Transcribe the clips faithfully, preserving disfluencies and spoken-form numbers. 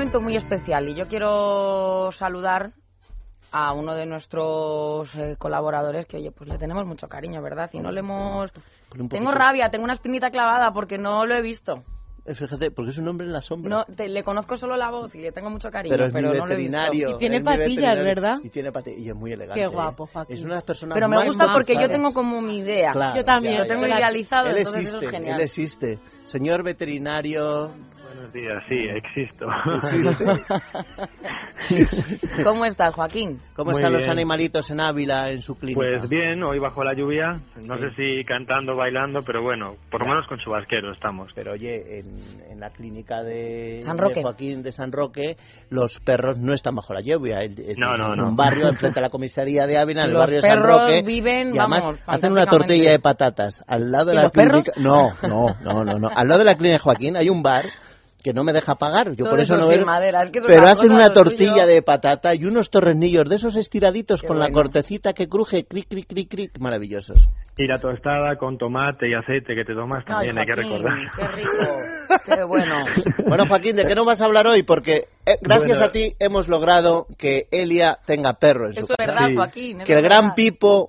momento muy especial y yo quiero saludar a uno de nuestros eh, colaboradores que, oye, pues le tenemos mucho cariño, ¿verdad? Y no le hemos... Tengo rabia, tengo una espinita clavada porque no lo he visto. Fíjate, porque es un hombre en la sombra. No, te, le conozco solo la voz y le tengo mucho cariño, pero, es pero mi no lo he visto. Y tiene patillas, ¿verdad? Y tiene patillas, y es muy elegante. Qué guapo, Joaquín. Es una de las personas Pero me más gusta porque majas. yo tengo como mi idea. Claro, yo también. Ya, lo tengo ya, ya. idealizado, Él entonces existe, eso es genial. él existe. Señor veterinario... Buenos días, sí, existo. ¿Cómo estás, Joaquín? ¿Cómo Muy están los bien. animalitos en Ávila, en su clínica? Pues bien, hoy bajo la lluvia, no Sí. sé si cantando, bailando, pero bueno, por lo Ya. menos con chubasquero estamos. Pero oye, en, en la clínica de, San Roque. de Joaquín de San Roque, los perros no están bajo la lluvia. El- el- No, no, es no. un barrio enfrente a la comisaría de Ávila, en el Los barrio de San perros Roque. viven, y además vamos, hacen una fantásticamente. tortilla de patatas. Al lado de ¿Y la los clínica. perros? No, no, no, no, no. Al lado de la clínica de Joaquín hay un bar que no me deja pagar. Yo Todo por eso eso no sin veo. madera, es que es Pero una hacen cosa una de lo tortilla suyo. de patata y unos torrenillos de esos estiraditos Qué con la bueno. cortecita que cruje, cric, cric, cric, cric, maravillosos. Y la tostada con tomate y aceite que te tomas también Ay, hay que Joaquín, recordar. qué rico, qué bueno. Bueno, Joaquín, ¿de qué nos vas a hablar hoy? Porque eh, gracias Bueno. a ti hemos logrado que Elia tenga perro en su Eso es casa. verdad, Sí. Joaquín. eso Que el es gran verdad. Pipo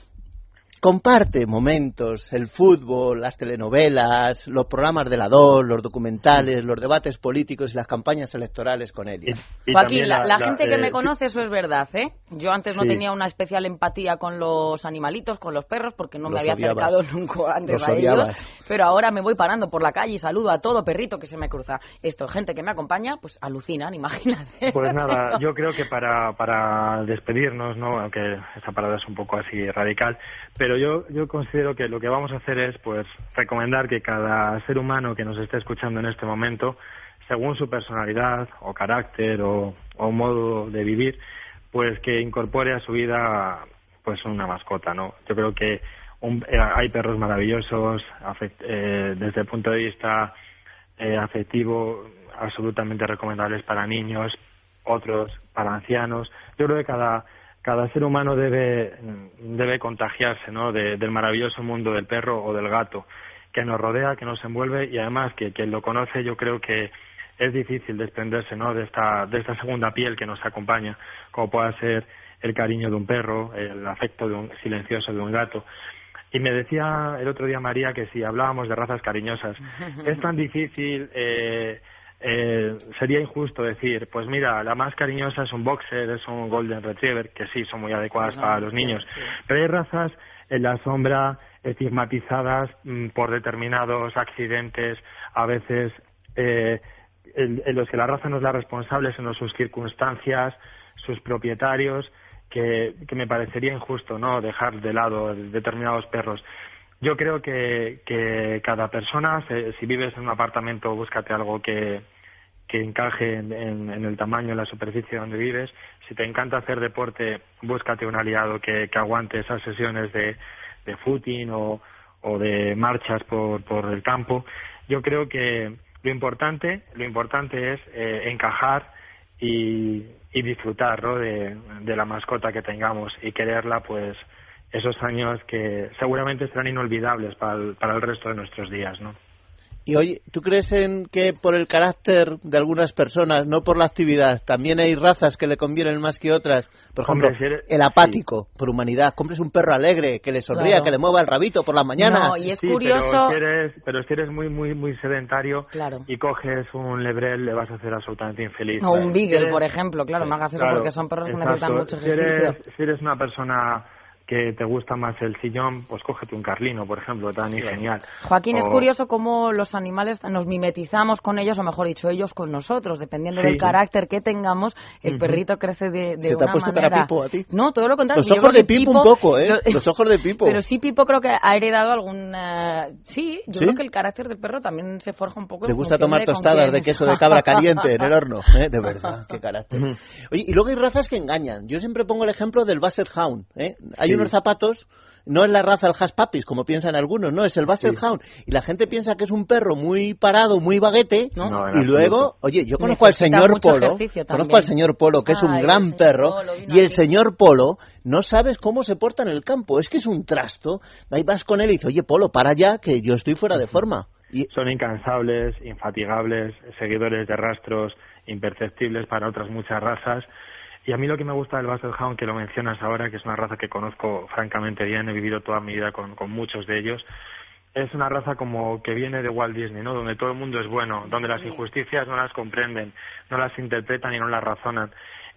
comparte momentos, el fútbol, las telenovelas, los programas de la dos, los documentales, los debates políticos y las campañas electorales con Elia. Y Joaquín, también la, la gente que eh, me conoce, eso es verdad, ¿eh? Yo antes no Sí. tenía una especial empatía con los animalitos, con los perros, porque no me Los había odiabas. acercado nunca antes Los a odiabas. ellos. Pero ahora me voy parando por la calle y saludo a todo perrito que se me cruza. Esto, gente que me acompaña, pues alucinan, imagínate. Pues nada, yo creo que para, para despedirnos, ¿no? Aunque esa palabra es un poco así radical, pero yo, yo considero que lo que vamos a hacer es pues recomendar que cada ser humano que nos esté escuchando en este momento, según su personalidad o carácter o, o modo de vivir, pues que incorpore a su vida pues una mascota, ¿no? Yo creo que un, eh, hay perros maravillosos afect, eh, desde el punto de vista eh, afectivo, absolutamente recomendables para niños, otros para ancianos. Yo creo que cada cada ser humano debe debe contagiarse, ¿no? De, del maravilloso mundo del perro o del gato que nos rodea, que nos envuelve, y además que quien lo conoce, yo creo que es difícil desprenderse, ¿no? De esta de esta segunda piel que nos acompaña, como pueda ser el cariño de un perro, el afecto de un silencioso de un gato. Y me decía el otro día María que si hablábamos de razas cariñosas, es tan difícil, eh, eh, sería injusto decir, pues mira, la más cariñosa es un boxer, es un golden retriever, que sí, son muy adecuadas Sí, para no, los sí, niños, sí. pero hay razas en la sombra, estigmatizadas mm, por determinados accidentes, a veces eh, en, en los que la raza no es la responsable, sino sus circunstancias, sus propietarios, que, que me parecería injusto, ¿no? Dejar de lado determinados perros. Yo creo que, que cada persona, se, si vives en un apartamento, búscate algo que, que encaje en, en, en el tamaño, en la superficie donde vives. Si te encanta hacer deporte, búscate un aliado que, que aguante esas sesiones de, de footing o, o de marchas por, por el campo. Yo creo que lo importante, lo importante es eh, encajar y, y disfrutar, ¿no? de, de la mascota que tengamos y quererla, pues esos años que seguramente serán inolvidables para el, para el resto de nuestros días, ¿no? Y oye, ¿tú crees en que por el carácter de algunas personas, no por la actividad, también hay razas que le convienen más que otras? Por ejemplo, Hombre, si eres- el apático, por humanidad. Compres un perro alegre, que le sonría, Claro. que le mueva el rabito por la mañana. No, y es Sí, curioso... Pero si, eres, pero si eres muy, muy, muy sedentario Claro. y coges un lebrel, le vas a hacer absolutamente infeliz. O un Si beagle, eres- por ejemplo, claro, no hagas eso Claro, porque son perros que exacto. necesitan mucho Si ejercicio. eres, si eres una persona que te gusta más el sillón, pues cógete un carlino, por ejemplo, tan y genial. Joaquín, es O- curioso cómo los animales nos mimetizamos con ellos, o mejor dicho, ellos con nosotros, dependiendo Sí. del carácter que tengamos, el Ujú. perrito crece de, de ¿Se te una ha puesto manera... cara Pipo a ti? No, todo lo contrario. Los yo ojos creo de que Pipo un poco, ¿eh? lo- Los ojos de Pipo. Pero sí, Pipo creo que ha heredado algún... eh, Sí, yo ¿Sí? creo que el carácter del perro también se forja un poco... Le en gusta función tomar de con tostadas quién de es. queso de cabra caliente en el horno. ¿eh? De verdad, qué carácter. Oye, y luego hay razas que engañan. Yo siempre pongo el ejemplo del Basset Hound. ¿eh? Hay Sí. unos zapatos... No es la raza del Hash Puppies, como piensan algunos, no, es el Basset Sí. Hound. Y la gente piensa que es un perro muy parado, muy baguete. ¿No? No, en y luego, absoluto. oye, yo conozco al Necesita señor mucho Polo, ejercicio también. conozco al señor Polo, que es un Ay, gran el señor perro, Polo, vino y el aquí. señor Polo, no sabes cómo se porta en el campo, es que es un trasto. Ahí vas con él y dices, oye, Polo, para ya, que yo estoy fuera de forma. Y Son incansables, infatigables, seguidores de rastros imperceptibles para otras muchas razas. Y a mí lo que me gusta del Basset Hound, que lo mencionas ahora, que es una raza que conozco francamente bien, he vivido toda mi vida con, con muchos de ellos, es una raza como que viene de Walt Disney, ¿no? Donde todo el mundo es bueno, donde las injusticias no las comprenden, no las interpretan y no las razonan.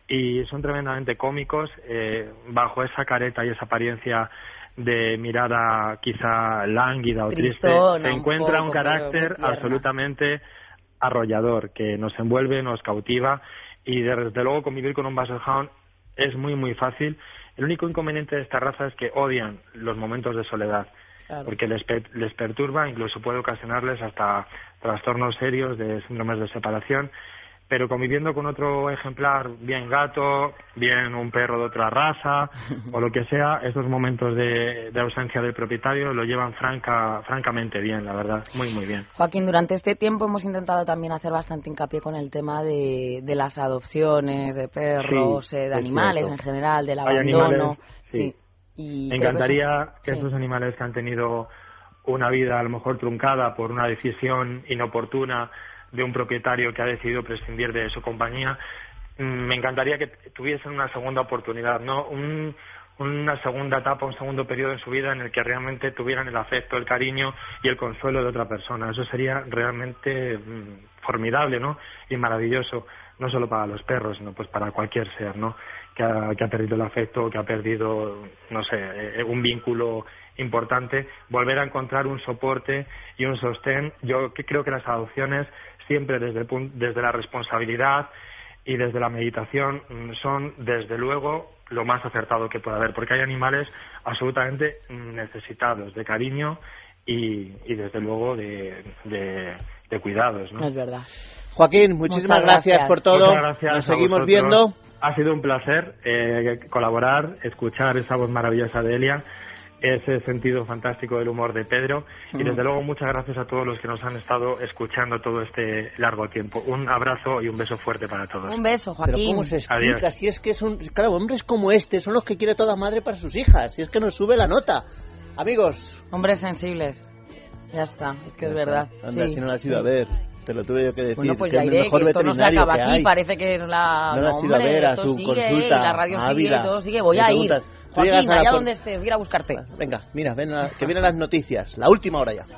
Y son tremendamente cómicos, eh, bajo esa careta y esa apariencia de mirada quizá lánguida o Tristona, triste, se encuentra un, poco, un carácter absolutamente arrollador, que nos envuelve, nos cautiva. Y desde luego convivir con un Basset Hound es muy muy fácil. El único inconveniente de esta raza es que odian los momentos de soledad, claro, porque les, les perturba, incluso puede ocasionarles hasta trastornos serios de síndromes de separación. Pero conviviendo con otro ejemplar, bien gato, bien un perro de otra raza o lo que sea, estos momentos de, de ausencia del propietario lo llevan franca, francamente bien, la verdad, muy muy bien. Joaquín, durante este tiempo hemos intentado también hacer bastante hincapié con el tema de, de las adopciones, de perros, sí, eh, de animales cierto. En general, del abandono. Animales, sí. Sí. Y Me encantaría que, eso, que sí. estos animales que han tenido una vida a lo mejor truncada por una decisión inoportuna de un propietario que ha decidido prescindir de su compañía, me encantaría que tuviesen una segunda oportunidad, no un, una segunda etapa, un segundo periodo en su vida en el que realmente tuvieran el afecto, el cariño y el consuelo de otra persona. Eso sería realmente mm, formidable, ¿no? Y maravilloso, no solo para los perros, sino pues para cualquier ser, ¿no? Que ha, que ha perdido el afecto, que ha perdido, no sé, eh, un vínculo importante, volver a encontrar un soporte y un sostén. Yo que creo que las adopciones siempre desde, el, desde la responsabilidad y desde la meditación son desde luego lo más acertado que puede haber, porque hay animales absolutamente necesitados de cariño y, y desde luego de, de, de cuidados, ¿no? Es verdad. Joaquín, muchísimas gracias. gracias por todo. Muchas gracias. Nos seguimos viendo. Ha sido un placer eh, colaborar, escuchar esa voz maravillosa de Elia, ese sentido fantástico del humor de Pedro y desde luego muchas gracias a todos los que nos han estado escuchando todo este largo tiempo. Un abrazo y un beso fuerte para todos. Un beso, Joaquín. Pero ¿cómo se explica? Adiós. Si es que son, claro, hombres como este son los que quiere toda madre para sus hijas, si es que nos sube la nota. Amigos. Hombres sensibles. Ya está, es que es verdad. Anda, sí. si no la has ido a ver. Te lo tuve yo que decir. Bueno, pues que ya es iré, el mejor que esto no se acaba aquí, hay. Parece que es la... No, no has ido a ver a su sigue, consulta. Y la radio Ávila. sigue, y todo sigue. Voy a ir. Joaquín, allá por... donde estés, voy a ir a buscarte. Venga, mira, ven a... que vienen las noticias. La última hora ya.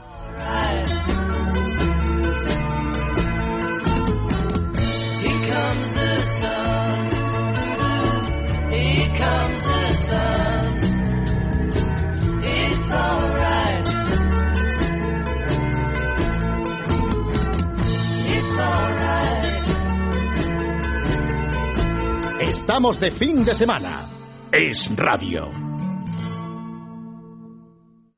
Estamos de fin de semana. Es radio.